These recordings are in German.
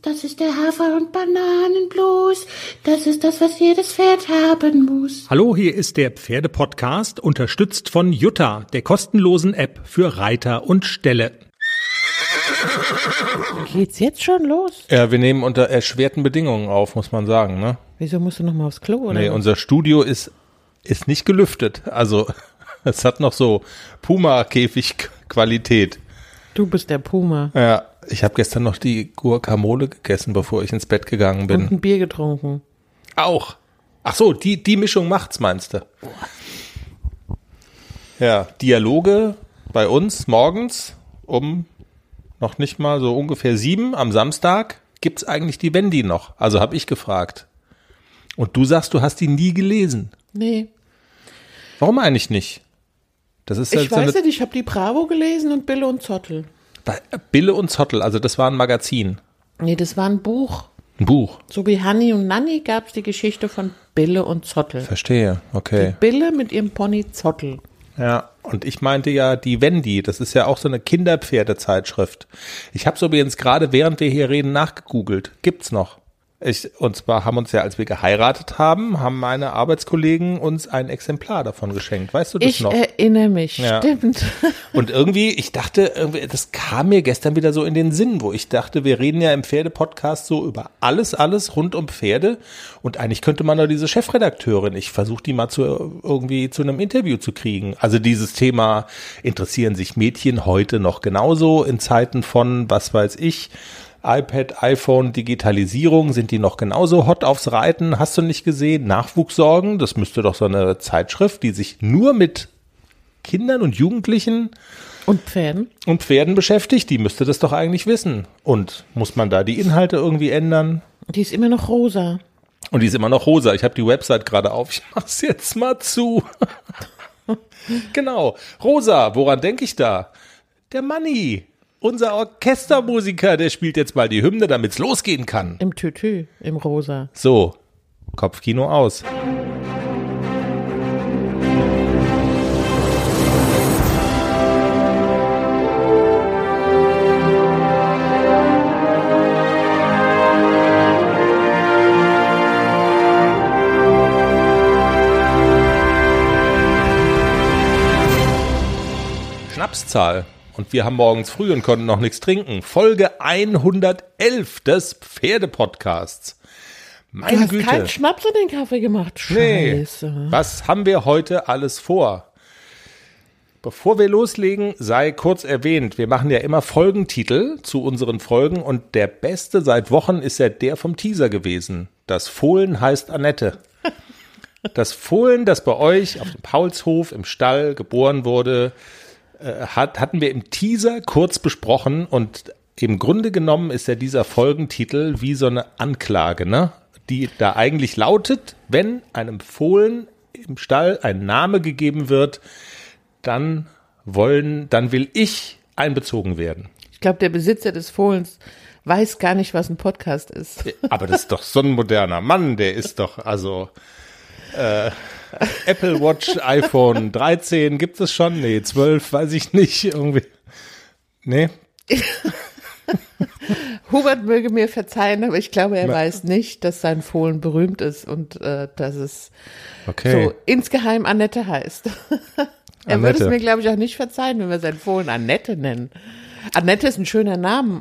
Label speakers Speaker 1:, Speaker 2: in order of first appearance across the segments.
Speaker 1: Das ist der Hafer- und Bananenblues. Das ist das, was jedes Pferd haben muss.
Speaker 2: Hallo, hier ist der Pferdepodcast, unterstützt von Jutta, der kostenlosen App für Reiter und Ställe.
Speaker 3: Geht's jetzt schon los?
Speaker 4: Ja, wir nehmen unter erschwerten Bedingungen auf, muss man sagen, ne?
Speaker 3: Wieso musst du noch mal aufs Klo, oder?
Speaker 4: Nee, unser Studio ist nicht gelüftet. Also, es hat noch so Puma-Käfig-Qualität.
Speaker 3: Du bist der Puma.
Speaker 4: Ja, ich habe gestern noch die Guacamole gegessen, bevor ich ins Bett gegangen bin.
Speaker 3: Und ein Bier getrunken.
Speaker 4: Auch. Ach so, die Mischung macht's, meinst du? Ja, Dialoge bei uns morgens um noch nicht mal so ungefähr 7 am Samstag. Gibt's eigentlich die Wendy noch? Also habe ich gefragt. Und du sagst, du hast die nie gelesen.
Speaker 3: Nee.
Speaker 4: Warum eigentlich nicht? Das ist
Speaker 3: Ich weiß nicht, ich habe die Bravo gelesen und Bille und Zottel.
Speaker 4: Bille und Zottel, also das war ein Magazin.
Speaker 3: Nee, das war ein Buch.
Speaker 4: Ein Buch.
Speaker 3: So wie Hanni und Nanni gab es die Geschichte von Bille und Zottel.
Speaker 4: Verstehe, okay.
Speaker 3: Die Bille mit ihrem Pony Zottel.
Speaker 4: Ja, und ich meinte ja die Wendy, das ist ja auch so eine Kinderpferdezeitschrift. Ich habe es übrigens gerade, während wir hier reden, nachgegoogelt. Gibt's noch. Und zwar haben uns ja, als wir geheiratet haben meine Arbeitskollegen uns ein Exemplar davon geschenkt. Weißt du das noch?
Speaker 3: Ich erinnere mich,
Speaker 4: Ja.
Speaker 3: Stimmt.
Speaker 4: Und irgendwie, ich dachte, das kam mir gestern wieder so in den Sinn, wo ich dachte, wir reden ja im Pferde-Podcast so über alles rund um Pferde. Und eigentlich könnte man doch diese Chefredakteurin, ich versuche die mal irgendwie zu einem Interview zu kriegen. Also dieses Thema, interessieren sich Mädchen heute noch genauso in Zeiten von, was weiß ich, iPad, iPhone, Digitalisierung, sind die noch genauso hot aufs Reiten? Hast du nicht gesehen? Nachwuchssorgen, das müsste doch so eine Zeitschrift, die sich nur mit Kindern und Jugendlichen
Speaker 3: Und Pferden?
Speaker 4: und Pferden beschäftigt, die müsste das doch eigentlich wissen. Und muss man da die Inhalte irgendwie ändern?
Speaker 3: Die ist immer noch rosa.
Speaker 4: Und die ist immer noch rosa. Ich habe die Website gerade auf. Ich mach's jetzt mal zu. Genau. Rosa, woran denke ich da? Der Manni. Unser Orchestermusiker, der spielt jetzt mal die Hymne, damit's losgehen kann.
Speaker 3: Im Tütü, im rosa.
Speaker 4: So, Kopfkino aus. Schnapszahl. Und wir haben morgens früh und konnten noch nichts trinken. Folge 111 des Pferdepodcasts. Meine
Speaker 3: Du hast
Speaker 4: Güte.
Speaker 3: keinen Schnaps in den Kaffee gemacht.
Speaker 4: Nee.
Speaker 3: Scheiße.
Speaker 4: Was haben wir heute alles vor? Bevor wir loslegen, sei kurz erwähnt, wir machen ja immer Folgentitel zu unseren Folgen und der beste seit Wochen ist ja der vom Teaser gewesen. Das Fohlen heißt Annette. Das Fohlen, das bei euch auf dem Paulshof im Stall geboren wurde, hatten wir im Teaser kurz besprochen und im Grunde genommen ist ja dieser Folgentitel wie so eine Anklage, ne? Die da eigentlich lautet, wenn einem Fohlen im Stall ein Name gegeben wird, dann will ich einbezogen werden.
Speaker 3: Ich glaube, der Besitzer des Fohlens weiß gar nicht, was ein Podcast ist.
Speaker 4: Aber das ist doch so ein moderner Mann, der ist doch, also Apple Watch, iPhone 13, gibt es schon? Nee, 12, weiß ich nicht, irgendwie. Nee?
Speaker 3: Hubert möge mir verzeihen, aber ich glaube, er weiß nicht, dass sein Fohlen berühmt ist und dass es
Speaker 4: Okay.
Speaker 3: so insgeheim Annette heißt. Er würde es mir, glaube ich, auch nicht verzeihen, wenn wir sein Fohlen Annette nennen. Annette ist ein schöner Name,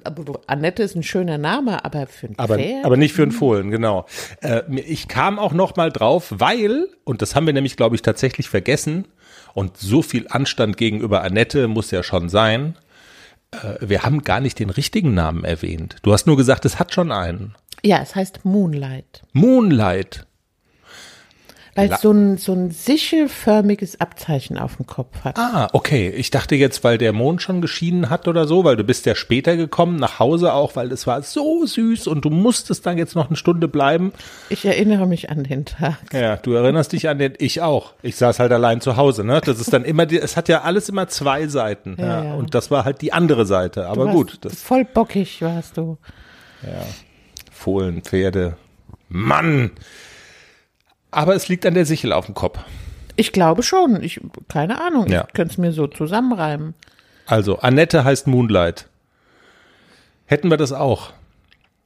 Speaker 3: aber für ein Pferd?
Speaker 4: Aber nicht für ein Fohlen, genau. Ich kam auch noch mal drauf, weil, und das haben wir nämlich, glaube ich, tatsächlich vergessen, und so viel Anstand gegenüber Annette muss ja schon sein, wir haben gar nicht den richtigen Namen erwähnt. Du hast nur gesagt, es hat schon einen.
Speaker 3: Ja, es heißt Moonlight.
Speaker 4: Moonlight.
Speaker 3: Weil es so ein sichelförmiges Abzeichen auf dem Kopf hat.
Speaker 4: Ah, okay. Ich dachte jetzt, weil der Mond schon geschienen hat oder so, weil du bist ja später gekommen, nach Hause auch, weil es war so süß und du musstest dann jetzt noch eine Stunde bleiben.
Speaker 3: Ich erinnere mich an den Tag.
Speaker 4: Ja, du erinnerst dich an den, ich auch. Ich saß halt allein zu Hause, ne? Das ist dann immer, es hat ja alles immer zwei Seiten. Ja. Und das war halt die andere Seite. Aber gut.
Speaker 3: Voll bockig warst du.
Speaker 4: Ja. Fohlen, Pferde. Mann! Aber es liegt an der Sichel auf dem Kopf.
Speaker 3: Ich glaube schon. Keine Ahnung.
Speaker 4: Ja.
Speaker 3: Ich könnte es mir so zusammenreimen.
Speaker 4: Also, Annette heißt Moonlight. Hätten wir das auch.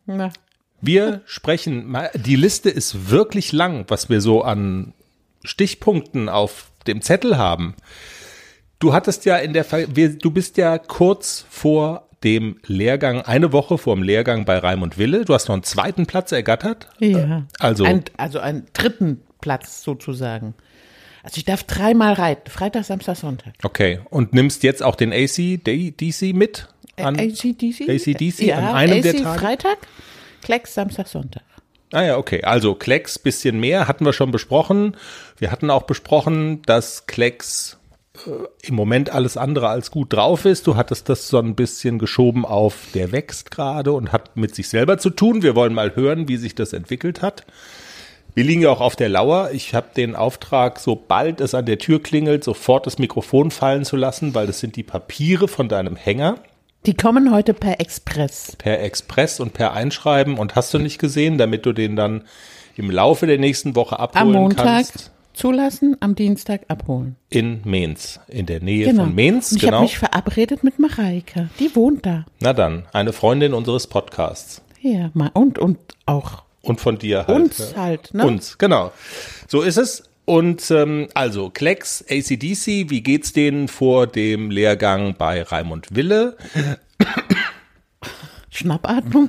Speaker 3: Na.
Speaker 4: Wir sprechen, die Liste ist wirklich lang, was wir so an Stichpunkten auf dem Zettel haben. Du hattest ja du bist ja kurz vor dem Lehrgang, eine Woche vor dem Lehrgang bei Raimund Wille. Du hast noch einen zweiten Platz ergattert.
Speaker 3: Ja.
Speaker 4: Also
Speaker 3: einen dritten Platz sozusagen. Also ich darf 3-mal reiten, Freitag, Samstag, Sonntag.
Speaker 4: Okay, und nimmst jetzt auch den AC/DC mit? AC/DC
Speaker 3: ja,
Speaker 4: an einem
Speaker 3: AC
Speaker 4: der Tage?
Speaker 3: Freitag, Klecks, Samstag, Sonntag.
Speaker 4: Ah ja, okay. Also Klecks bisschen mehr, hatten wir schon besprochen. Wir hatten auch besprochen, dass Klecks im Moment alles andere als gut drauf ist. Du hattest das so ein bisschen geschoben auf, der wächst gerade und hat mit sich selber zu tun. Wir wollen mal hören, wie sich das entwickelt hat. Wir liegen ja auch auf der Lauer. Ich habe den Auftrag, sobald es an der Tür klingelt, sofort das Mikrofon fallen zu lassen, weil das sind die Papiere von deinem Hänger.
Speaker 3: Die kommen heute per Express.
Speaker 4: Per Express und per Einschreiben. Und hast du nicht gesehen, damit du den dann im Laufe der nächsten Woche abholen kannst?
Speaker 3: Am Montag zulassen, am Dienstag abholen.
Speaker 4: In Mainz, in der Nähe von Mainz.
Speaker 3: Und ich habe mich verabredet mit Mareike. Die wohnt da.
Speaker 4: Na dann, eine Freundin unseres Podcasts.
Speaker 3: Ja, und auch.
Speaker 4: Und von dir halt.
Speaker 3: Uns halt, ne?
Speaker 4: Uns, genau. So ist es. Und also Klecks, AC/DC, wie geht's denen vor dem Lehrgang bei Raimund Wille?
Speaker 3: Schnappatmung.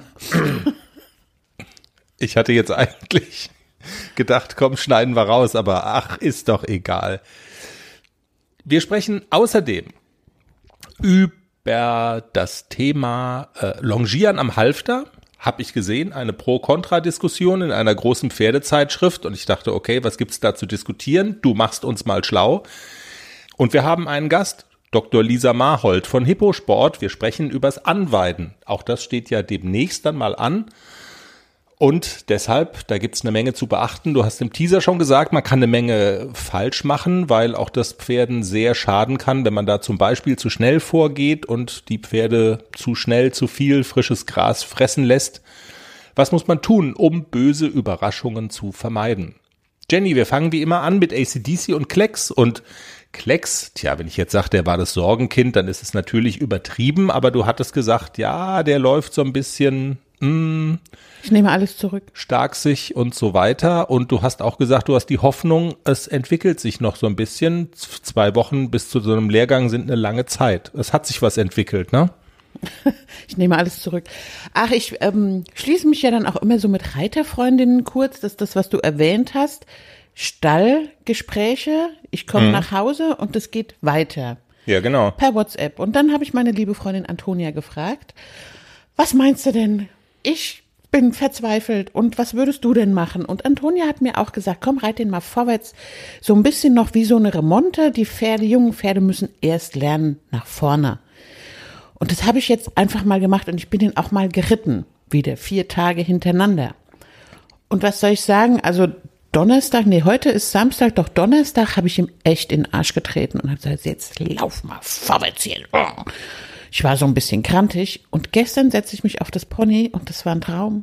Speaker 4: Ich hatte jetzt eigentlich gedacht, komm, schneiden wir raus, aber ach, ist doch egal. Wir sprechen außerdem über das Thema Longieren am Halfter. Habe ich gesehen, eine Pro-Kontra-Diskussion in einer großen Pferdezeitschrift und ich dachte, okay, was gibt's da zu diskutieren? Du machst uns mal schlau. Und wir haben einen Gast, Dr. Lisa Marhold von Hipposport. Wir sprechen übers Anweiden. Auch das steht ja demnächst dann mal an. Und deshalb, da gibt's eine Menge zu beachten. Du hast im Teaser schon gesagt, man kann eine Menge falsch machen, weil auch das Pferden sehr schaden kann, wenn man da zum Beispiel zu schnell vorgeht und die Pferde zu schnell zu viel frisches Gras fressen lässt. Was muss man tun, um böse Überraschungen zu vermeiden? Jenny, wir fangen wie immer an mit AC/DC und Klecks. Und Klecks, wenn ich jetzt sage, der war das Sorgenkind, dann ist es natürlich übertrieben, aber du hattest gesagt, ja, der läuft so ein bisschen
Speaker 3: ich nehme alles zurück.
Speaker 4: Starksig und so weiter. Und du hast auch gesagt, du hast die Hoffnung, es entwickelt sich noch so ein bisschen. 2 Wochen bis zu so einem Lehrgang sind eine lange Zeit. Es hat sich was entwickelt, ne?
Speaker 3: Ich nehme alles zurück. Ach, ich schließe mich ja dann auch immer so mit Reiterfreundinnen kurz. Das ist das, was du erwähnt hast. Stallgespräche. Ich komme nach Hause und es geht weiter.
Speaker 4: Ja, genau.
Speaker 3: Per WhatsApp. Und dann habe ich meine liebe Freundin Antonia gefragt, was meinst du denn? Ich bin verzweifelt und was würdest du denn machen? Und Antonia hat mir auch gesagt, komm, reit den mal vorwärts, so ein bisschen noch wie so eine Remonte. Die jungen Pferde müssen erst lernen nach vorne. Und das habe ich jetzt einfach mal gemacht und ich bin den auch mal geritten, wieder 4 Tage hintereinander. Und was soll ich sagen? Also heute ist Samstag, doch Donnerstag habe ich ihm echt in den Arsch getreten und habe gesagt, jetzt lauf mal vorwärts hier. Ich war so ein bisschen krantig und gestern setzte ich mich auf das Pony und das war ein Traum.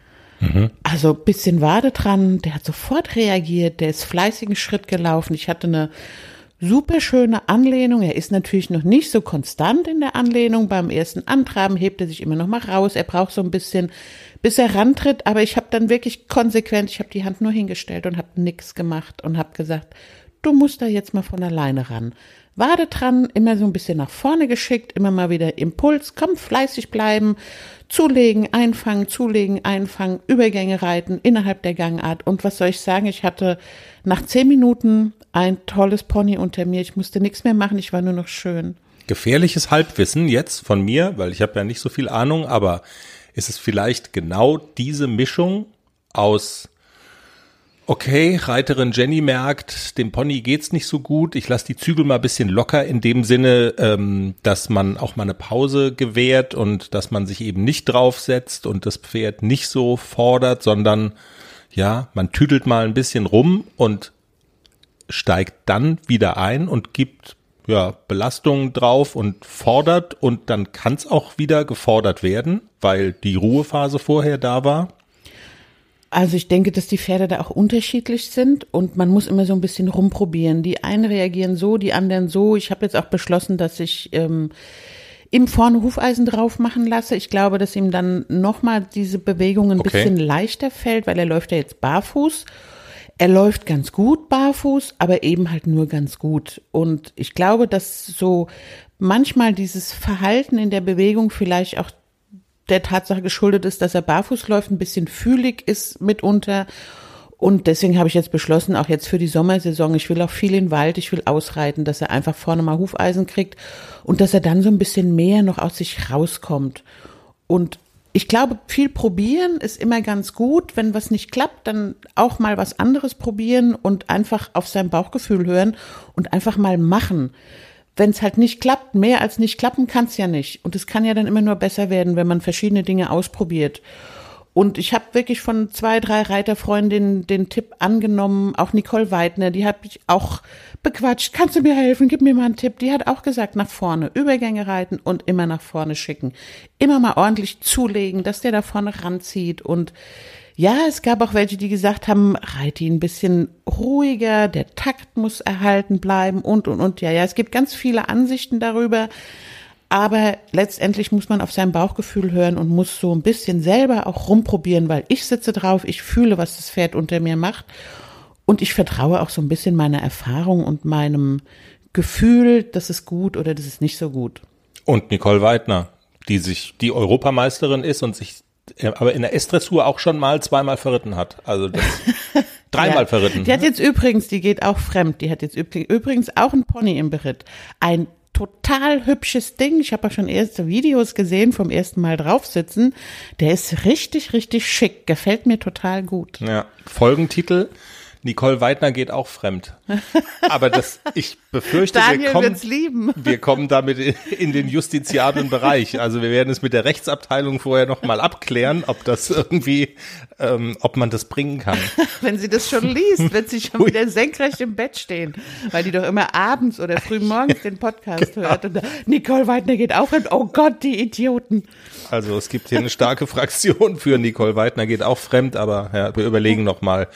Speaker 3: Also ein bisschen Wade dran, der hat sofort reagiert, der ist fleißigen Schritt gelaufen. Ich hatte eine super schöne Anlehnung. Er ist natürlich noch nicht so konstant in der Anlehnung. Beim ersten Antraben hebt er sich immer noch mal raus. Er braucht so ein bisschen, bis er rantritt. Aber ich habe dann wirklich konsequent, ich habe die Hand nur hingestellt und habe nichts gemacht und habe gesagt, du musst da jetzt mal von alleine ran. Wade dran, immer so ein bisschen nach vorne geschickt, immer mal wieder Impuls, komm, fleißig bleiben, zulegen, einfangen, Übergänge reiten innerhalb der Gangart. Und was soll ich sagen, ich hatte nach 10 Minuten ein tolles Pony unter mir, ich musste nichts mehr machen, ich war nur noch schön.
Speaker 4: Gefährliches Halbwissen jetzt von mir, weil ich habe ja nicht so viel Ahnung, aber ist es vielleicht genau diese Mischung aus okay, Reiterin Jenny merkt, dem Pony geht's nicht so gut. Ich lasse die Zügel mal ein bisschen locker in dem Sinne, dass man auch mal eine Pause gewährt und dass man sich eben nicht draufsetzt und das Pferd nicht so fordert, sondern ja, man tüdelt mal ein bisschen rum und steigt dann wieder ein und gibt Belastungen drauf und fordert und dann kann es auch wieder gefordert werden, weil die Ruhephase vorher da war.
Speaker 3: Also ich denke, dass die Pferde da auch unterschiedlich sind und man muss immer so ein bisschen rumprobieren. Die einen reagieren so, die anderen so. Ich habe jetzt auch beschlossen, dass ich ihm vorne Hufeisen drauf machen lasse. Ich glaube, dass ihm dann nochmal diese Bewegung ein bisschen leichter fällt, weil er läuft ja jetzt barfuß. Er läuft ganz gut barfuß, aber eben halt nur ganz gut. Und ich glaube, dass so manchmal dieses Verhalten in der Bewegung vielleicht auch der Tatsache geschuldet ist, dass er barfuß läuft, ein bisschen fühlig ist mitunter. Und deswegen habe ich jetzt beschlossen, auch jetzt für die Sommersaison, ich will auch viel in den Wald, ich will ausreiten, dass er einfach vorne mal Hufeisen kriegt und dass er dann so ein bisschen mehr noch aus sich rauskommt. Und ich glaube, viel probieren ist immer ganz gut. Wenn was nicht klappt, dann auch mal was anderes probieren und einfach auf sein Bauchgefühl hören und einfach mal machen. Wenn es halt nicht klappt, mehr als nicht klappen kann es ja nicht. Und es kann ja dann immer nur besser werden, wenn man verschiedene Dinge ausprobiert. Und ich habe wirklich von 2, 3 Reiterfreundinnen den Tipp angenommen, auch Nicole Weidner, die habe ich auch bequatscht. Kannst du mir helfen? Gib mir mal einen Tipp. Die hat auch gesagt, nach vorne, Übergänge reiten und immer nach vorne schicken. Immer mal ordentlich zulegen, dass der da vorne ranzieht. Und ja, es gab auch welche, die gesagt haben, reite ihn ein bisschen ruhiger, der Takt muss erhalten bleiben und. Ja, es gibt ganz viele Ansichten darüber. Aber letztendlich muss man auf sein Bauchgefühl hören und muss so ein bisschen selber auch rumprobieren, weil ich sitze drauf, ich fühle, was das Pferd unter mir macht und ich vertraue auch so ein bisschen meiner Erfahrung und meinem Gefühl, das ist gut oder das ist nicht so gut.
Speaker 4: Und Nicole Weidner, die Europameisterin ist und sich aber in der S-Dressur auch schon mal 2-mal verritten hat. Also das 3-mal verritten.
Speaker 3: Die hat jetzt übrigens, die geht auch fremd, die hat jetzt übrigens auch einen Pony im Beritt. Ein total hübsches Ding. Ich habe auch schon erste Videos gesehen vom ersten Mal draufsitzen. Der ist richtig, richtig schick. Gefällt mir total gut.
Speaker 4: Ja, Folgentitel: Nicole Weidner geht auch fremd. Aber ich befürchte, wir kommen damit in den justiziablen Bereich. Also wir werden es mit der Rechtsabteilung vorher noch mal abklären, ob das irgendwie, ob man das bringen kann.
Speaker 3: Wenn sie das schon liest, wird sie schon wieder senkrecht im Bett stehen, weil die doch immer abends oder früh morgens den Podcast hört. Und Nicole Weidner geht auch fremd. Oh Gott, die Idioten.
Speaker 4: Also es gibt hier eine starke Fraktion für Nicole Weidner geht auch fremd, aber ja, wir überlegen noch mal.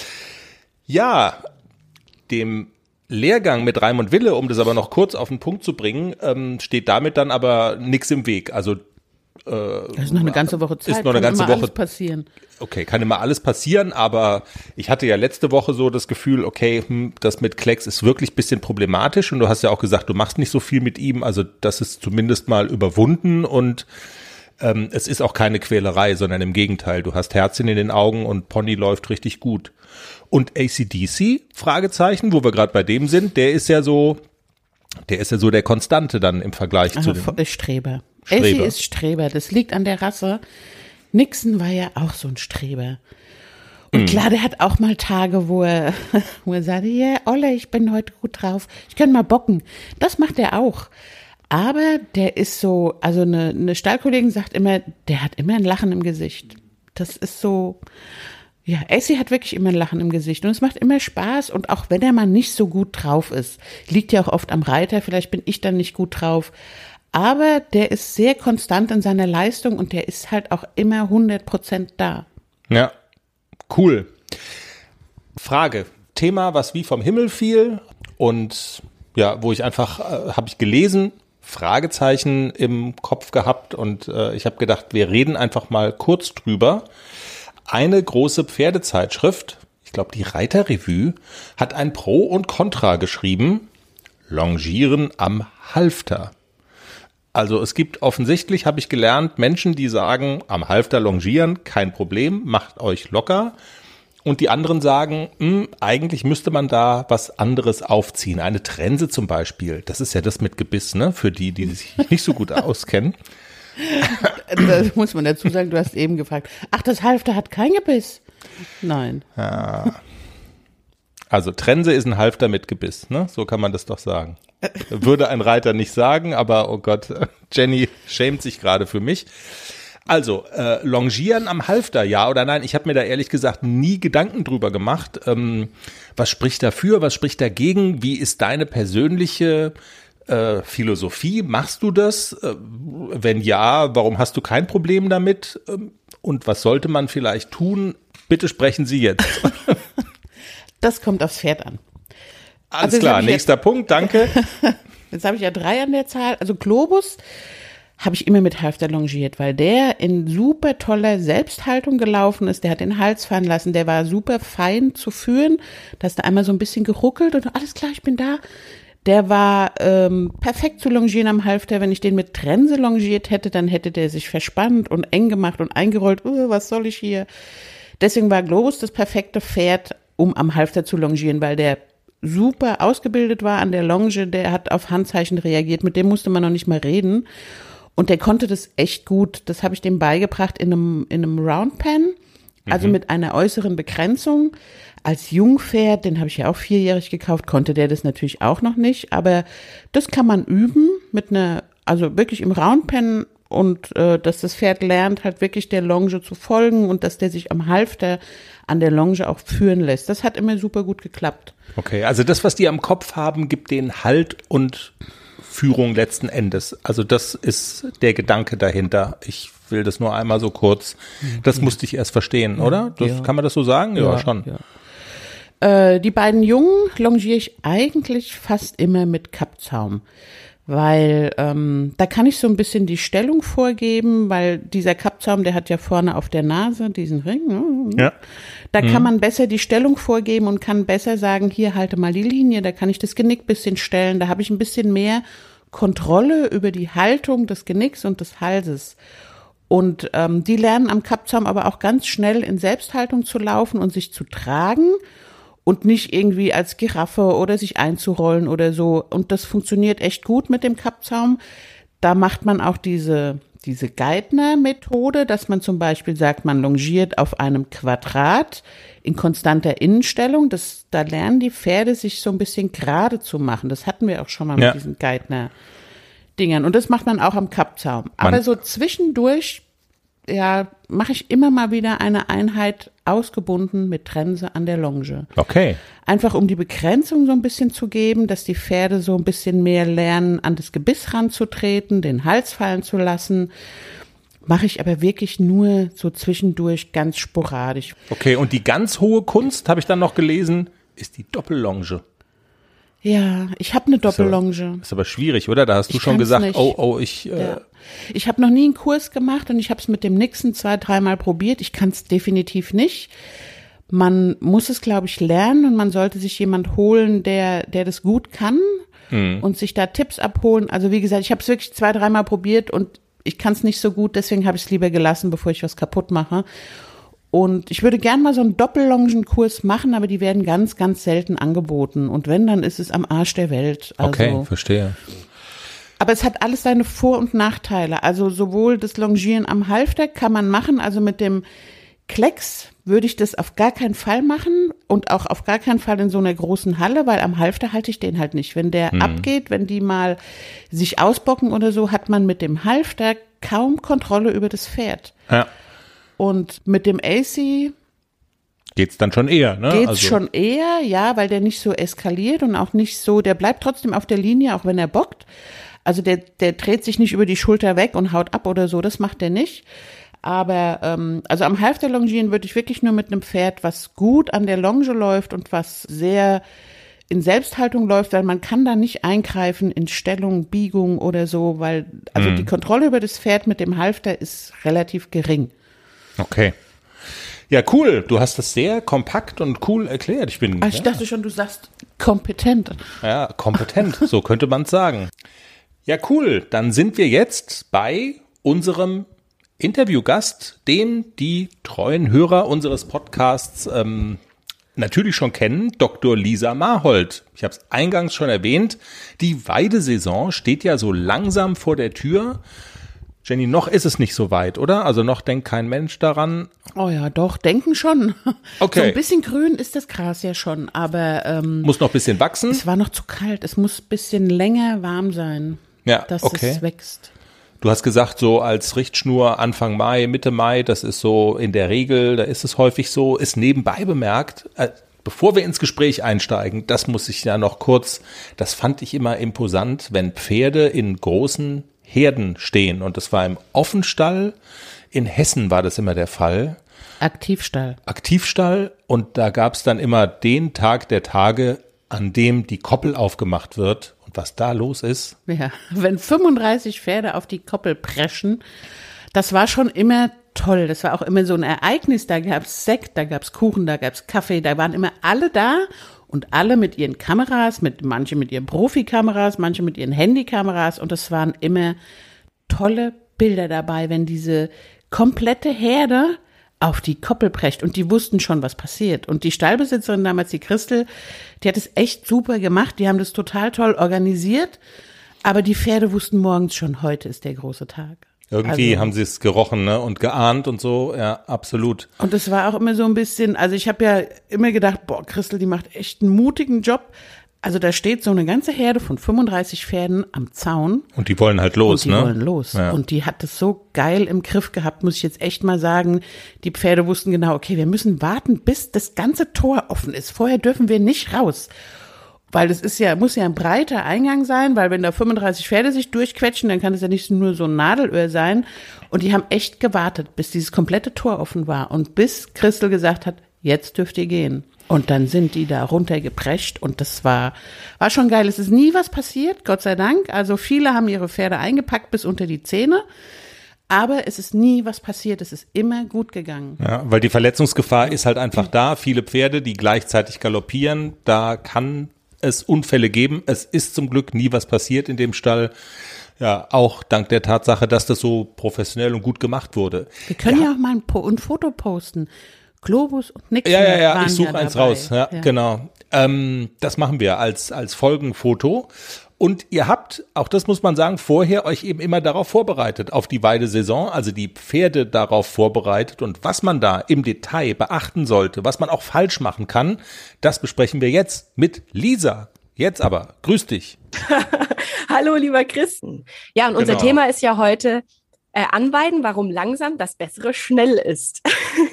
Speaker 4: Ja, dem Lehrgang mit Raimund Wille, um das aber noch kurz auf den Punkt zu bringen, steht damit dann aber nichts im Weg. Also
Speaker 3: das ist noch eine ganze Woche Zeit,
Speaker 4: ist noch eine ganze Woche
Speaker 3: alles passieren.
Speaker 4: Okay, kann immer alles passieren, aber ich hatte ja letzte Woche so das Gefühl, okay, das mit Klecks ist wirklich ein bisschen problematisch und du hast ja auch gesagt, du machst nicht so viel mit ihm, also das ist zumindest mal überwunden und es ist auch keine Quälerei, sondern im Gegenteil, du hast Herzchen in den Augen und Pony läuft richtig gut. Und AC/DC, Fragezeichen, wo wir gerade bei dem sind, der ist ja so der Konstante dann im Vergleich zu dem
Speaker 3: Streber. AC ist Streber, das liegt an der Rasse. Nixon war ja auch so ein Streber. Und klar, der hat auch mal Tage, wo er sagte, ja, Olle, ich bin heute gut drauf, ich kann mal bocken. Das macht er auch. Aber der ist so, also eine Stallkollegin sagt immer, der hat immer ein Lachen im Gesicht. Das ist so, ja, AC hat wirklich immer ein Lachen im Gesicht und es macht immer Spaß und auch wenn er mal nicht so gut drauf ist, liegt ja auch oft am Reiter, vielleicht bin ich dann nicht gut drauf, aber der ist sehr konstant in seiner Leistung und der ist halt auch immer 100% da.
Speaker 4: Ja, cool. Frage, Thema, was wie vom Himmel fiel und ja, wo ich einfach, habe ich gelesen, Fragezeichen im Kopf gehabt und ich habe gedacht, wir reden einfach mal kurz drüber. Eine große Pferdezeitschrift, ich glaube die Reiterrevue, hat ein Pro und Contra geschrieben, Longieren am Halfter. Also es gibt offensichtlich, habe ich gelernt, Menschen, die sagen, am Halfter longieren, kein Problem, macht euch locker. Und die anderen sagen, eigentlich müsste man da was anderes aufziehen. Eine Trense zum Beispiel, das ist ja das mit Gebiss, ne? Für die sich nicht so gut auskennen.
Speaker 3: Da muss man dazu sagen, du hast eben gefragt, ach, das Halfter hat kein Gebiss. Nein.
Speaker 4: Ja. Also Trense ist ein Halfter mit Gebiss, ne? So kann man das doch sagen. Würde ein Reiter nicht sagen, aber oh Gott, Jenny schämt sich gerade für mich. Also, Longieren am Halfter, ja oder nein? Ich habe mir da ehrlich gesagt nie Gedanken drüber gemacht. Was spricht dafür, was spricht dagegen? Wie ist deine persönliche Philosophie? Machst du das? Wenn ja, warum hast du kein Problem damit? Und was sollte man vielleicht tun? Bitte sprechen Sie jetzt.
Speaker 3: Das kommt aufs Pferd an.
Speaker 4: Alles klar, nächster Punkt, danke.
Speaker 3: Jetzt habe ich ja 3 an der Zahl. Also Globus habe ich immer mit Halfter longiert, weil der in super toller Selbsthaltung gelaufen ist. Der hat den Hals fallen lassen, der war super fein zu führen. Da ist da einmal so ein bisschen geruckelt und alles klar, ich bin da. Der war perfekt zu longieren am Halfter. Wenn ich den mit Trense longiert hätte, dann hätte der sich verspannt und eng gemacht und eingerollt. Was soll ich hier? Deswegen war Globus das perfekte Pferd, um am Halfter zu longieren, weil der super ausgebildet war an der Longe. Der hat auf Handzeichen reagiert. Mit dem musste man noch nicht mal reden. Und der konnte das echt gut. Das habe ich dem beigebracht in einem Roundpen, also mit einer äußeren Begrenzung. Als Jungpferd, den habe ich ja auch 4-jährig gekauft, konnte der das natürlich auch noch nicht. Aber das kann man üben also wirklich im Roundpen und dass das Pferd lernt, halt wirklich der Longe zu folgen und dass der sich am Halfter an der Longe auch führen lässt. Das hat immer super gut geklappt.
Speaker 4: Okay, also das, was die am Kopf haben, gibt denen Halt und Führung letzten Endes. Also das ist der Gedanke dahinter. Ich will das nur einmal so kurz, das musste ich erst verstehen, oder? Kann man das so sagen? Ja, schon.
Speaker 3: Ja. Die beiden Jungen longiere ich eigentlich fast immer mit Kappzaum, weil da kann ich so ein bisschen die Stellung vorgeben, weil dieser Kappzaum, der hat ja vorne auf der Nase diesen Ring.
Speaker 4: Ja.
Speaker 3: Da kann man besser die Stellung vorgeben und kann besser sagen, hier halte mal die Linie, da kann ich das Genick ein bisschen stellen, da habe ich ein bisschen mehr Kontrolle über die Haltung des Genicks und des Halses. Und die lernen am Kappzaum aber auch ganz schnell in Selbsthaltung zu laufen und sich zu tragen und nicht irgendwie als Giraffe oder sich einzurollen oder so. Und das funktioniert echt gut mit dem Kappzaum. Da macht man auch diese Geithner-Methode, dass man zum Beispiel sagt, man longiert auf einem Quadrat in konstanter Innenstellung. Da lernen die Pferde, sich so ein bisschen gerade zu machen. Das hatten wir auch schon mal mit diesen Geithner-Dingern. Und das macht man auch am Kappzaum. Aber so zwischendurch, mache ich immer mal wieder eine Einheit ausgebunden mit Trense an der Longe.
Speaker 4: Okay.
Speaker 3: Einfach um die Begrenzung so ein bisschen zu geben, dass die Pferde so ein bisschen mehr lernen, an das Gebiss ranzutreten, den Hals fallen zu lassen. Mache ich aber wirklich nur so zwischendurch ganz sporadisch.
Speaker 4: Okay, und die ganz hohe Kunst, habe ich dann noch gelesen, ist die Doppellonge.
Speaker 3: Ja, ich habe eine Doppellonge.
Speaker 4: Ist aber schwierig, oder? Da hast du schon gesagt,
Speaker 3: nicht.
Speaker 4: Ich
Speaker 3: habe noch nie einen Kurs gemacht und ich habe es mit dem Nixon 2-3 Mal probiert. Ich kann es definitiv nicht. Man muss es, glaube ich, lernen und man sollte sich jemand holen, der das gut kann und sich da Tipps abholen. Also wie gesagt, ich habe es wirklich 2-3 Mal probiert und ich kann es nicht so gut, deswegen habe ich es lieber gelassen, bevor ich was kaputt mache. Und ich würde gern mal so einen Doppellongenkurs machen, aber die werden ganz, ganz selten angeboten. Und wenn, dann ist es am Arsch der Welt. Also,
Speaker 4: okay, verstehe.
Speaker 3: Aber es hat alles seine Vor- und Nachteile. Also sowohl das Longieren am Halfter kann man machen, also mit dem Klecks würde ich das auf gar keinen Fall machen und auch auf gar keinen Fall in so einer großen Halle, weil am Halfter halte ich den halt nicht. Wenn der abgeht, wenn die mal sich ausbocken oder so, hat man mit dem Halfter kaum Kontrolle über das Pferd.
Speaker 4: Ja.
Speaker 3: Und mit dem AC
Speaker 4: geht's dann schon eher, ne?
Speaker 3: Geht's schon eher, ja, weil der nicht so eskaliert und auch nicht so, der bleibt trotzdem auf der Linie, auch wenn er bockt. Also der dreht sich nicht über die Schulter weg und haut ab oder so, das macht der nicht. Aber also am Halfter longieren würde ich wirklich nur mit einem Pferd, was gut an der Longe läuft und was sehr in Selbsthaltung läuft, weil man kann da nicht eingreifen in Stellung, Biegung oder so, weil also die Kontrolle über das Pferd mit dem Halfter ist relativ gering.
Speaker 4: Okay. Ja, cool. Du hast das sehr kompakt und cool erklärt.
Speaker 3: Ich dachte schon, du sagst kompetent.
Speaker 4: Ja, kompetent, so könnte man es sagen. Ja, cool. Dann sind wir jetzt bei unserem Interviewgast, den die treuen Hörer unseres Podcasts natürlich schon kennen, Dr. Lisa Marhold. Ich habe es eingangs schon erwähnt, die Weidesaison steht ja so langsam vor der Tür. Jenny, noch ist es nicht so weit, oder? Also noch denkt kein Mensch daran.
Speaker 3: Oh ja, doch, denken schon.
Speaker 4: Okay.
Speaker 3: So ein bisschen grün ist das Gras ja schon, aber
Speaker 4: muss noch ein bisschen wachsen?
Speaker 3: Es war noch zu kalt, es muss ein bisschen länger warm sein, dass es wächst.
Speaker 4: Du hast gesagt, so als Richtschnur Anfang Mai, Mitte Mai, das ist so in der Regel, da ist es häufig so, ist nebenbei bemerkt, bevor wir ins Gespräch einsteigen, das muss ich ja noch kurz, das fand ich immer imposant, wenn Pferde in großen Herden stehen. Und das war im Offenstall. In Hessen war das immer der Fall. Aktivstall. Und da gab es dann immer den Tag der Tage, an dem die Koppel aufgemacht wird. Und Und was da los ist.
Speaker 3: Ja, wenn 35 Pferde auf die Koppel preschen, das war schon immer toll. Das war auch immer so ein Ereignis. Da gab's Sekt, da gab's Kuchen, da gab's Kaffee, da waren immer alle da und alle mit ihren Kameras, manche mit ihren Profikameras, manche mit ihren Handykameras und es waren immer tolle Bilder dabei, wenn diese komplette Herde auf die Koppel prescht und die wussten schon, was passiert. Und die Stallbesitzerin damals, die Christel, die hat es echt super gemacht. Die haben das total toll organisiert, aber die Pferde wussten morgens schon, heute ist der große Tag.
Speaker 4: Irgendwie haben sie es gerochen, ne, und geahnt und so, ja, absolut.
Speaker 3: Und es war auch immer so ein bisschen, also ich habe ja immer gedacht, boah, Christel, die macht echt einen mutigen Job. Also da steht so eine ganze Herde von 35 Pferden am Zaun.
Speaker 4: Und die wollen halt los,
Speaker 3: ne? Die wollen los. Ja. Und die hat es so geil im Griff gehabt, muss ich jetzt echt mal sagen. Die Pferde wussten genau, okay, wir müssen warten, bis das ganze Tor offen ist. Vorher dürfen wir nicht raus. Weil das muss ja ein breiter Eingang sein, weil wenn da 35 Pferde sich durchquetschen, dann kann es ja nicht nur so ein Nadelöhr sein. Und die haben echt gewartet, bis dieses komplette Tor offen war und bis Christel gesagt hat, jetzt dürft ihr gehen. Und dann sind die da runtergeprescht und das war schon geil. Es ist nie was passiert, Gott sei Dank. Also viele haben ihre Pferde eingepackt bis unter die Zähne. Aber es ist nie was passiert, es ist immer gut gegangen.
Speaker 4: Ja, weil die Verletzungsgefahr ist halt einfach da. Viele Pferde, die gleichzeitig galoppieren, da kann es Unfälle geben. Es ist zum Glück nie was passiert in dem Stall. Ja, auch dank der Tatsache, dass das so professionell und gut gemacht wurde.
Speaker 3: Wir können ja auch mal ein Foto posten. Globus und nix.
Speaker 4: Ja, ich suche eins raus. Ja, genau. Das machen wir als Folgenfoto. Und ihr habt, auch das muss man sagen, vorher euch eben immer darauf vorbereitet, auf die Weidesaison, also die Pferde darauf vorbereitet. Und was man da im Detail beachten sollte, was man auch falsch machen kann, das besprechen wir jetzt mit Lisa. Jetzt aber, grüß dich.
Speaker 5: Hallo, lieber Christen. Ja, und unser Thema ist ja heute Anweiden, warum langsam das Bessere schnell ist.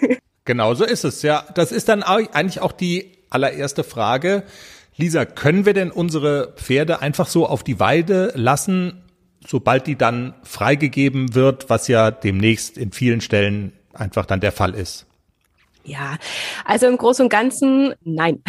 Speaker 4: Genau so ist es, ja. Das ist dann eigentlich auch die allererste Frage. Lisa, können wir denn unsere Pferde einfach so auf die Weide lassen, sobald die dann freigegeben wird, was ja demnächst in vielen Stellen einfach dann der Fall ist?
Speaker 5: Ja, also im Großen und Ganzen, nein.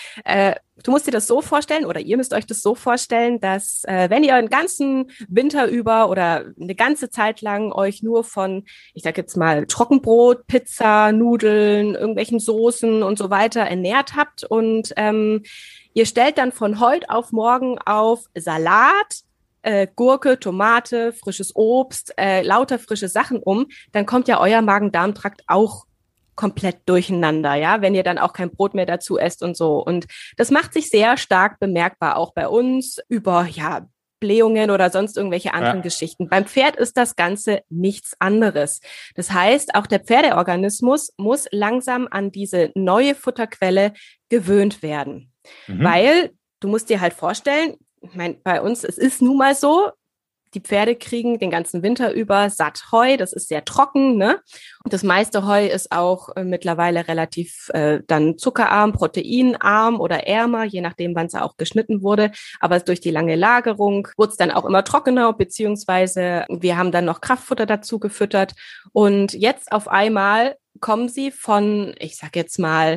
Speaker 5: Du musst dir das so vorstellen oder ihr müsst euch das so vorstellen, dass wenn ihr einen ganzen Winter über oder eine ganze Zeit lang euch nur von, ich sag jetzt mal, Trockenbrot, Pizza, Nudeln, irgendwelchen Soßen und so weiter ernährt habt und ihr stellt dann von heute auf morgen auf Salat, Gurke, Tomate, frisches Obst, lauter frische Sachen um, dann kommt ja euer Magen-Darm-Trakt auch komplett durcheinander, ja, wenn ihr dann auch kein Brot mehr dazu esst und so. Und das macht sich sehr stark bemerkbar, auch bei uns über, ja, Blähungen oder sonst irgendwelche anderen Geschichten. Beim Pferd ist das Ganze nichts anderes. Das heißt, auch der Pferdeorganismus muss langsam an diese neue Futterquelle gewöhnt werden. Weil, du musst dir halt vorstellen, ich meine, bei uns, es ist nun mal so, die Pferde kriegen den ganzen Winter über satt Heu, das ist sehr trocken, ne? Und das meiste Heu ist auch mittlerweile relativ dann zuckerarm, proteinarm oder ärmer, je nachdem, wann es auch geschnitten wurde. Aber durch die lange Lagerung wurde es dann auch immer trockener, beziehungsweise wir haben dann noch Kraftfutter dazu gefüttert. Und jetzt auf einmal kommen sie von, ich sag jetzt mal,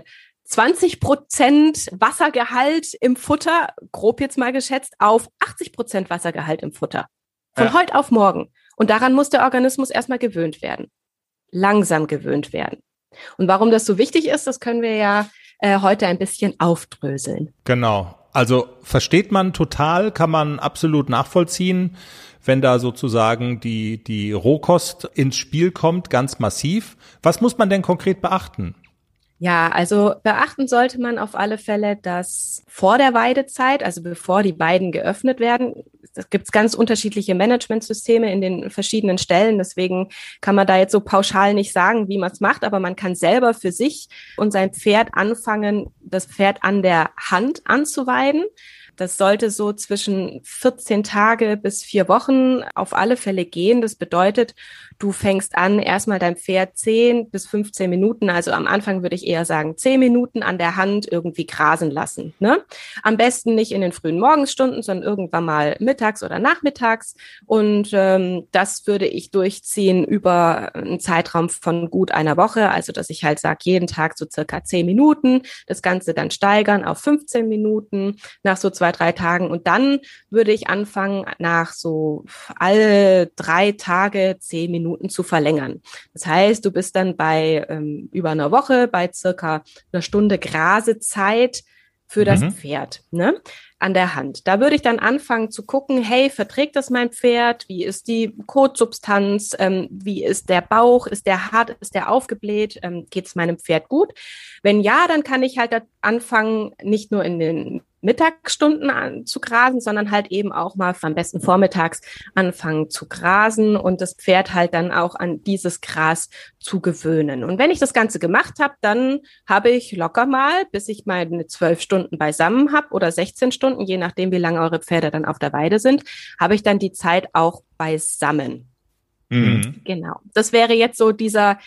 Speaker 5: 20% Wassergehalt im Futter, grob jetzt mal geschätzt, auf 80% Wassergehalt im Futter. Von heute auf morgen. Und daran muss der Organismus erstmal gewöhnt werden. Langsam gewöhnt werden. Und warum das so wichtig ist, das können wir ja heute ein bisschen aufdröseln.
Speaker 4: Genau. Also versteht man total, kann man absolut nachvollziehen, wenn da sozusagen die Rohkost ins Spiel kommt, ganz massiv. Was muss man denn konkret beachten?
Speaker 5: Ja, also beachten sollte man auf alle Fälle, dass vor der Weidezeit, also bevor die Weiden geöffnet werden, es gibt ganz unterschiedliche Managementsysteme in den verschiedenen Stellen. Deswegen kann man da jetzt so pauschal nicht sagen, wie man es macht, aber man kann selber für sich und sein Pferd anfangen, das Pferd an der Hand anzuweiden. Das sollte so zwischen 14 Tage bis 4 Wochen auf alle Fälle gehen. Das bedeutet, du fängst an, erstmal dein Pferd 10 bis 15 Minuten, also am Anfang würde ich eher sagen 10 Minuten an der Hand irgendwie grasen lassen, ne? Am besten nicht in den frühen Morgenstunden, sondern irgendwann mal mittags oder nachmittags. Und das würde ich durchziehen über einen Zeitraum von gut einer Woche. Also dass ich halt sage, jeden Tag so circa 10 Minuten, das Ganze dann steigern auf 15 Minuten. Nach so 2 2, 3 Tagen. Und dann würde ich anfangen, nach so alle 3 Tage 10 Minuten zu verlängern. Das heißt, du bist dann bei über einer Woche bei circa einer Stunde Grasezeit für das Pferd, ne, an der Hand. Da würde ich dann anfangen zu gucken, hey, verträgt das mein Pferd? Wie ist die Kotsubstanz? Wie ist der Bauch? Ist der hart? Ist der aufgebläht? Geht es meinem Pferd gut? Wenn ja, dann kann ich halt anfangen, nicht nur in den Mittagsstunden zu grasen, sondern halt eben auch mal am besten vormittags anfangen zu grasen und das Pferd halt dann auch an dieses Gras zu gewöhnen. Und wenn ich das Ganze gemacht habe, dann habe ich locker mal, bis ich meine 12 Stunden beisammen habe oder 16 Stunden, je nachdem, wie lange eure Pferde dann auf der Weide sind, habe ich dann die Zeit auch beisammen. Genau. Das wäre jetzt so dieser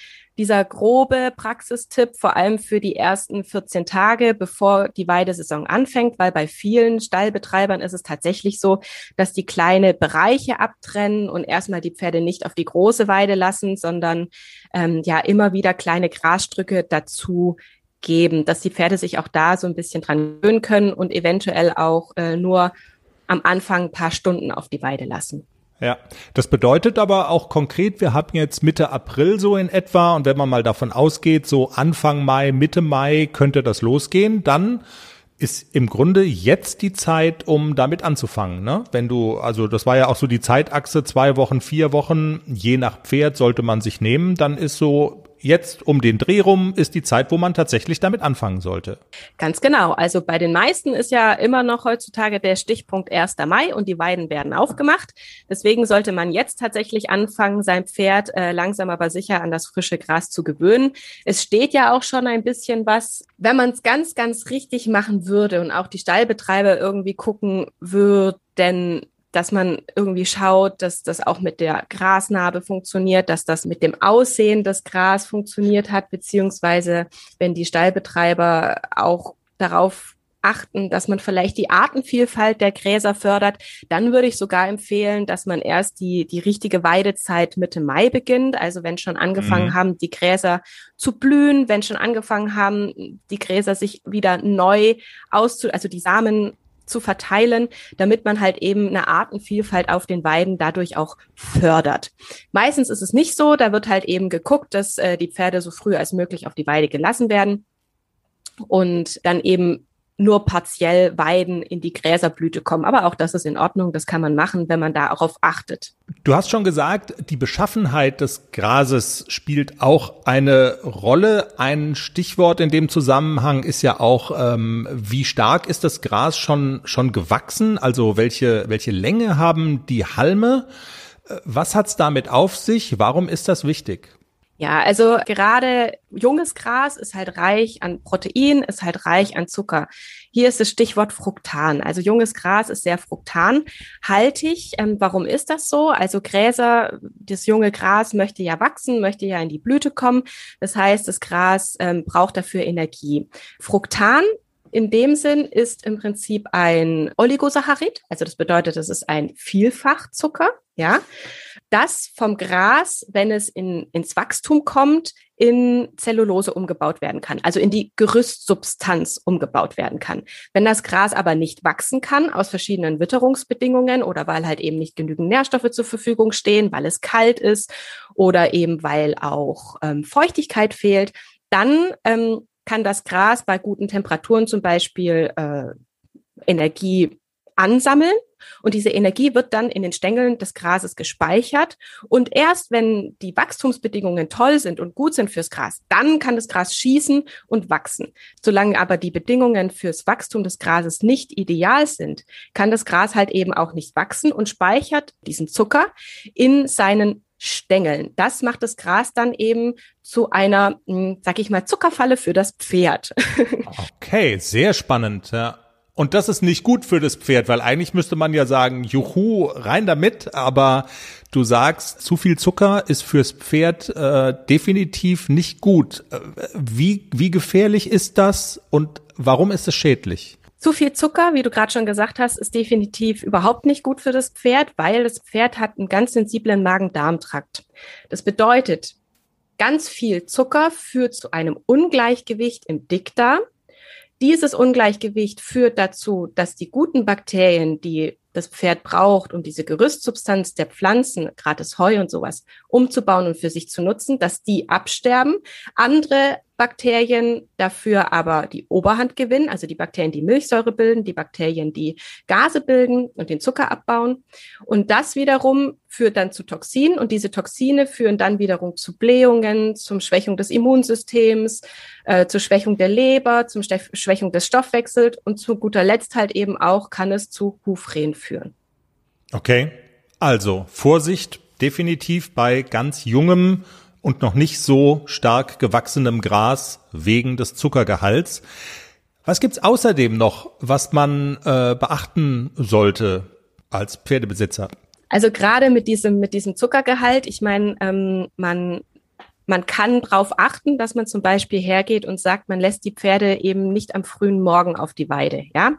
Speaker 5: grobe Praxistipp, vor allem für die ersten 14 Tage, bevor die Weidesaison anfängt, weil bei vielen Stallbetreibern ist es tatsächlich so, dass die kleine Bereiche abtrennen und erstmal die Pferde nicht auf die große Weide lassen, sondern immer wieder kleine Grasstücke dazu geben, dass die Pferde sich auch da so ein bisschen dran gewöhnen können und eventuell auch nur am Anfang ein paar Stunden auf die Weide lassen.
Speaker 2: Ja, das bedeutet aber auch konkret, wir haben jetzt Mitte April so in etwa und wenn man mal davon ausgeht, so Anfang Mai, Mitte Mai könnte das losgehen, dann ist im Grunde jetzt die Zeit, um damit anzufangen, ne? Wenn du, also das war ja auch so die Zeitachse, 2 Wochen, 4 Wochen, je nach Pferd sollte man sich nehmen, dann ist so jetzt um den Dreh rum ist die Zeit, wo man tatsächlich damit anfangen sollte.
Speaker 5: Ganz genau. Also bei den meisten ist ja immer noch heutzutage der Stichpunkt 1. Mai und die Weiden werden aufgemacht. Deswegen sollte man jetzt tatsächlich anfangen, sein Pferd langsam aber sicher an das frische Gras zu gewöhnen. Es steht ja auch schon ein bisschen was, wenn man es ganz, ganz richtig machen würde und auch die Stallbetreiber irgendwie gucken würden, dass man irgendwie schaut, dass das auch mit der Grasnarbe funktioniert, dass das mit dem Aussehen des Gras funktioniert hat, beziehungsweise wenn die Stallbetreiber auch darauf achten, dass man vielleicht die Artenvielfalt der Gräser fördert, dann würde ich sogar empfehlen, dass man erst die richtige Weidezeit Mitte Mai beginnt, also wenn schon angefangen haben, die Gräser zu blühen, wenn schon angefangen haben, die Gräser sich wieder neu also die Samen zu verteilen, damit man halt eben eine Artenvielfalt auf den Weiden dadurch auch fördert. Meistens ist es nicht so, da wird halt eben geguckt, dass die Pferde so früh als möglich auf die Weide gelassen werden und dann eben nur partiell Weiden in die Gräserblüte kommen. Aber auch das ist in Ordnung, das kann man machen, wenn man darauf achtet.
Speaker 2: Du hast schon gesagt, die Beschaffenheit des Grases spielt auch eine Rolle. Ein Stichwort in dem Zusammenhang ist ja auch, wie stark ist das Gras schon gewachsen? Also welche Länge haben die Halme? Was hat's damit auf sich? Warum ist das wichtig?
Speaker 5: Ja, also gerade junges Gras ist halt reich an Protein, ist halt reich an Zucker. Hier ist das Stichwort Fruktan. Also junges Gras ist sehr fruktanhaltig. Warum ist das so? Also Gräser, das junge Gras möchte ja wachsen, möchte ja in die Blüte kommen. Das heißt, das Gras braucht dafür Energie. Fruktan in dem Sinn ist im Prinzip ein Oligosaccharid. Also das bedeutet, es ist ein Vielfachzucker, ja, das vom Gras, wenn es ins Wachstum kommt, in Zellulose umgebaut werden kann, also in die Gerüstsubstanz umgebaut werden kann. Wenn das Gras aber nicht wachsen kann, aus verschiedenen Witterungsbedingungen oder weil halt eben nicht genügend Nährstoffe zur Verfügung stehen, weil es kalt ist oder eben weil auch Feuchtigkeit fehlt, dann kann das Gras bei guten Temperaturen zum Beispiel Energie ansammeln und diese Energie wird dann in den Stängeln des Grases gespeichert und erst wenn die Wachstumsbedingungen toll sind und gut sind fürs Gras, dann kann das Gras schießen und wachsen. Solange aber die Bedingungen fürs Wachstum des Grases nicht ideal sind, kann das Gras halt eben auch nicht wachsen und speichert diesen Zucker in seinen Stängeln. Das macht das Gras dann eben zu einer, sag ich mal, Zuckerfalle für das Pferd.
Speaker 2: Okay, sehr spannend, ja. Und das ist nicht gut für das Pferd, weil eigentlich müsste man ja sagen, juhu, rein damit, aber du sagst, zu viel Zucker ist fürs Pferd definitiv nicht gut. Wie gefährlich ist das und warum ist es schädlich?
Speaker 5: Zu viel Zucker, wie du gerade schon gesagt hast, ist definitiv überhaupt nicht gut für das Pferd, weil das Pferd hat einen ganz sensiblen Magen-Darm-Trakt. Das bedeutet, ganz viel Zucker führt zu einem Ungleichgewicht im Dickdarm. Dieses Ungleichgewicht führt dazu, dass die guten Bakterien, die das Pferd braucht, um diese Gerüstsubstanz der Pflanzen, gerade das Heu und sowas, umzubauen und für sich zu nutzen, dass die absterben. Andere Bakterien dafür aber die Oberhand gewinnen, also die Bakterien, die Milchsäure bilden, die Bakterien, die Gase bilden und den Zucker abbauen. Und das wiederum führt dann zu Toxinen und diese Toxine führen dann wiederum zu Blähungen, zur Schwächung des Immunsystems, zur Schwächung der Leber, zur Schwächung des Stoffwechsels und zu guter Letzt halt eben auch kann es zu Hufrehen führen.
Speaker 2: Okay, also Vorsicht definitiv bei ganz jungem und noch nicht so stark gewachsenem Gras wegen des Zuckergehalts. Was gibt's außerdem noch, was man beachten sollte als Pferdebesitzer?
Speaker 5: Also gerade mit diesem Zuckergehalt, ich meine, man kann darauf achten, dass man zum Beispiel hergeht und sagt, man lässt die Pferde eben nicht am frühen Morgen auf die Weide, ja,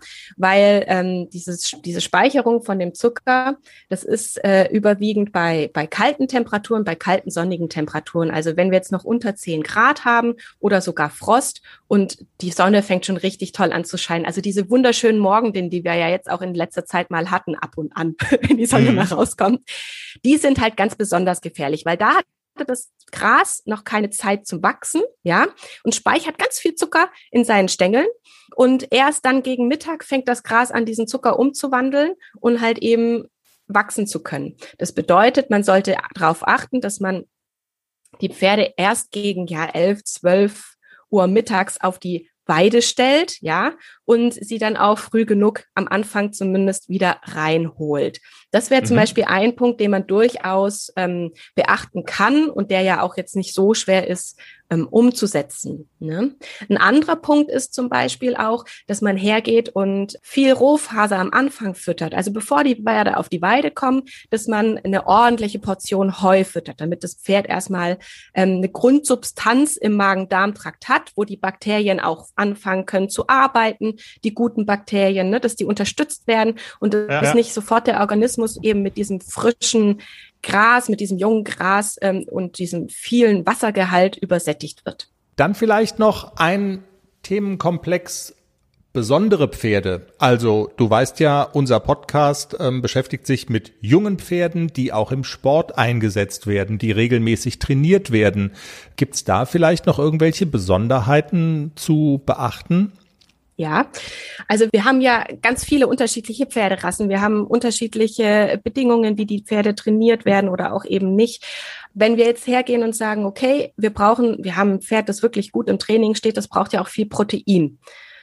Speaker 5: weil diese Speicherung von dem Zucker, das ist überwiegend bei kalten Temperaturen, bei kalten sonnigen Temperaturen. Also wenn wir jetzt noch unter 10 Grad haben oder sogar Frost und die Sonne fängt schon richtig toll an zu scheinen. Also diese wunderschönen Morgendinnen, die wir ja jetzt auch in letzter Zeit mal hatten, ab und an, wenn die Sonne mal rauskommt, die sind halt ganz besonders gefährlich, weil da das Gras noch keine Zeit zum Wachsen, ja, und speichert ganz viel Zucker in seinen Stängeln und erst dann gegen Mittag fängt das Gras an, diesen Zucker umzuwandeln und halt eben wachsen zu können. Das bedeutet, man sollte darauf achten, dass man die Pferde erst gegen 11, 12 Uhr mittags auf die Weide stellt, ja, und sie dann auch früh genug am Anfang zumindest wieder reinholt. Das wäre zum Beispiel ein Punkt, den man durchaus beachten kann und der ja auch jetzt nicht so schwer ist, umzusetzen. Ne? Ein anderer Punkt ist zum Beispiel auch, dass man hergeht und viel Rohfaser am Anfang füttert. Also bevor die Pferde auf die Weide kommen, dass man eine ordentliche Portion Heu füttert, damit das Pferd erstmal eine Grundsubstanz im Magen-Darm-Trakt hat, wo die Bakterien auch anfangen können zu arbeiten, die guten Bakterien, ne, dass die unterstützt werden und dass nicht sofort der Organismus eben mit diesem frischen Gras, mit diesem jungen Gras und diesem vielen Wassergehalt übersättigt wird.
Speaker 2: Dann vielleicht noch ein Themenkomplex besondere Pferde. Also du weißt ja, unser Podcast beschäftigt sich mit jungen Pferden, die auch im Sport eingesetzt werden, die regelmäßig trainiert werden. Gibt's da vielleicht noch irgendwelche Besonderheiten zu beachten?
Speaker 5: Ja, also wir haben ja ganz viele unterschiedliche Pferderassen. Wir haben unterschiedliche Bedingungen, wie die Pferde trainiert werden oder auch eben nicht. Wenn wir jetzt hergehen und sagen, okay, wir haben ein Pferd, das wirklich gut im Training steht, das braucht ja auch viel Protein.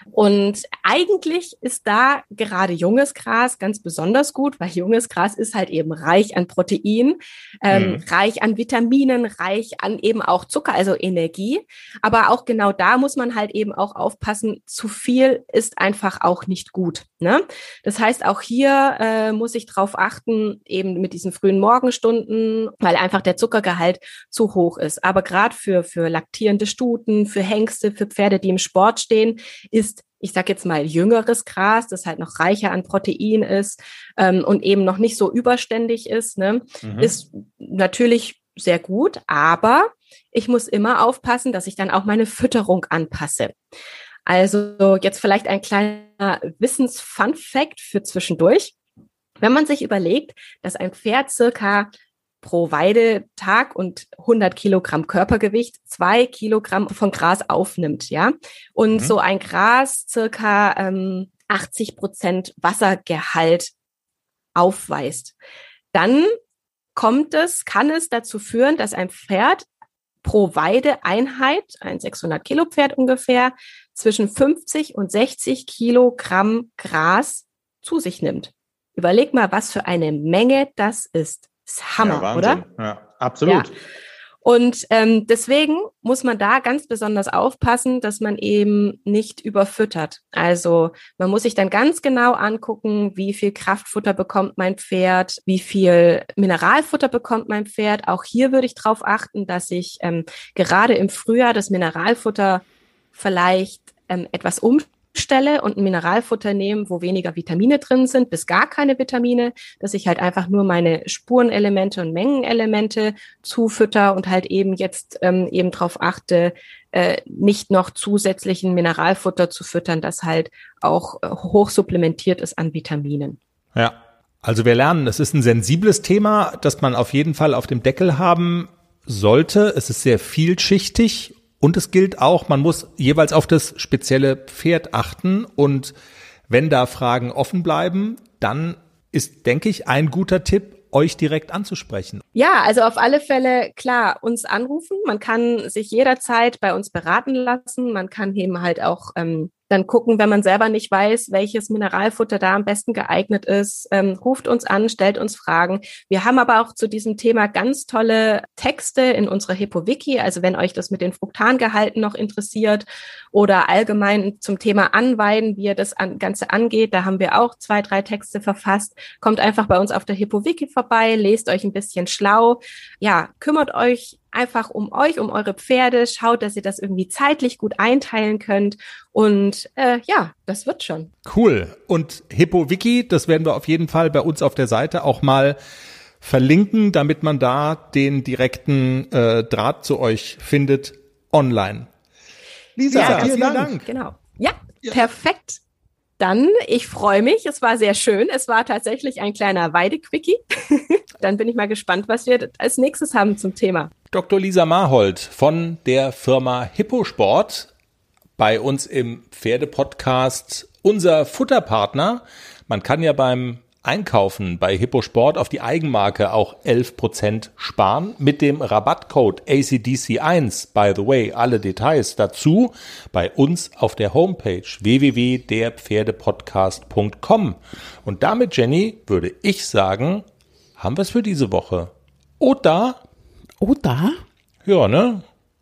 Speaker 5: Und eigentlich ist da gerade junges Gras ganz besonders gut, weil junges Gras ist halt eben reich an Protein, reich an Vitaminen, reich an eben auch Zucker, also Energie. Aber auch genau da muss man halt eben auch aufpassen, zu viel ist einfach auch nicht gut. Ne? Das heißt, auch hier muss ich drauf achten, eben mit diesen frühen Morgenstunden, weil einfach der Zuckergehalt zu hoch ist. Aber gerade für laktierende Stuten, für Hengste, für Pferde, die im Sport stehen, ist, ich sag jetzt mal, jüngeres Gras, das halt noch reicher an Protein ist und eben noch nicht so überständig ist, ne, ist natürlich sehr gut, aber ich muss immer aufpassen, dass ich dann auch meine Fütterung anpasse. Also jetzt vielleicht ein kleiner Wissens-Fun-Fact für zwischendurch. Wenn man sich überlegt, dass ein Pferd circa pro Weidetag und 100 Kilogramm Körpergewicht 2 Kilogramm von Gras aufnimmt, ja. Und so ein Gras circa 80% Wassergehalt aufweist. Dann kann es dazu führen, dass ein Pferd pro Weideeinheit, ein 600 Kilo Pferd ungefähr, zwischen 50 und 60 Kilogramm Gras zu sich nimmt. Überleg mal, was für eine Menge das ist. Das ist Hammer,
Speaker 4: ja,
Speaker 5: oder?
Speaker 4: Ja, absolut.
Speaker 5: Ja. Und deswegen muss man da ganz besonders aufpassen, dass man eben nicht überfüttert. Also man muss sich dann ganz genau angucken, wie viel Kraftfutter bekommt mein Pferd, wie viel Mineralfutter bekommt mein Pferd. Auch hier würde ich darauf achten, dass ich gerade im Frühjahr das Mineralfutter vielleicht etwas umstelle und ein Mineralfutter nehme, wo weniger Vitamine drin sind, bis gar keine Vitamine, dass ich halt einfach nur meine Spurenelemente und Mengenelemente zufütter und halt eben jetzt eben darauf achte, nicht noch zusätzlichen Mineralfutter zu füttern, das halt auch hoch supplementiert ist an Vitaminen.
Speaker 2: Ja, also wir lernen, es ist ein sensibles Thema, das man auf jeden Fall auf dem Deckel haben sollte. Es ist sehr vielschichtig und es gilt auch, man muss jeweils auf das spezielle Pferd achten und wenn da Fragen offen bleiben, dann ist, denke ich, ein guter Tipp, euch direkt anzusprechen.
Speaker 5: Ja, also auf alle Fälle, klar, uns anrufen. Man kann sich jederzeit bei uns beraten lassen. Man kann eben halt auch dann gucken, wenn man selber nicht weiß, welches Mineralfutter da am besten geeignet ist. Ruft uns an, stellt uns Fragen. Wir haben aber auch zu diesem Thema ganz tolle Texte in unserer Hippo-Wiki. Also wenn euch das mit den Fruktangehalten noch interessiert oder allgemein zum Thema Anweiden, wie ihr das Ganze angeht, da haben wir auch 2, 3 Texte verfasst. Kommt einfach bei uns auf der Hippo-Wiki vorbei, lest euch ein bisschen schlau. Ja, kümmert euch einfach um euch, um eure Pferde, schaut, dass ihr das irgendwie zeitlich gut einteilen könnt und ja, das wird schon.
Speaker 2: Cool. Und Hippo-Wiki, das werden wir auf jeden Fall bei uns auf der Seite auch mal verlinken, damit man da den direkten Draht zu euch findet online. Lisa,
Speaker 5: ja,
Speaker 2: vielen Dank.
Speaker 5: Genau. Ja, perfekt. Dann, ich freue mich, es war sehr schön. Es war tatsächlich ein kleiner Weidequickie. Dann bin ich mal gespannt, was wir als nächstes haben zum Thema.
Speaker 4: Dr. Lisa Marhold von der Firma Hipposport bei uns im Pferdepodcast, unser Futterpartner. Man kann ja beim Einkaufen bei Hipposport auf die Eigenmarke auch 11% sparen mit dem Rabattcode ACDC1. By the way, alle Details dazu bei uns auf der Homepage www.derpferdepodcast.com. Und damit, Jenny, würde ich sagen, haben wir es für diese Woche. Oder?
Speaker 3: Oder?
Speaker 4: Ja, ne?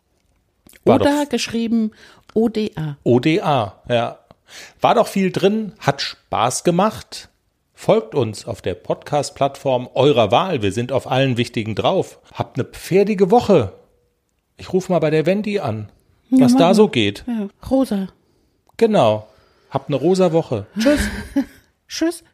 Speaker 3: Oder geschrieben ODA.
Speaker 4: ODA, ja. War doch viel drin, hat Spaß gemacht. Folgt uns auf der Podcast-Plattform eurer Wahl. Wir sind auf allen wichtigen drauf. Habt eine pferdige Woche. Ich rufe mal bei der Wendy an, was da so geht.
Speaker 3: Ja. Rosa.
Speaker 4: Genau. Habt eine rosa Woche. Tschüss.
Speaker 3: Tschüss.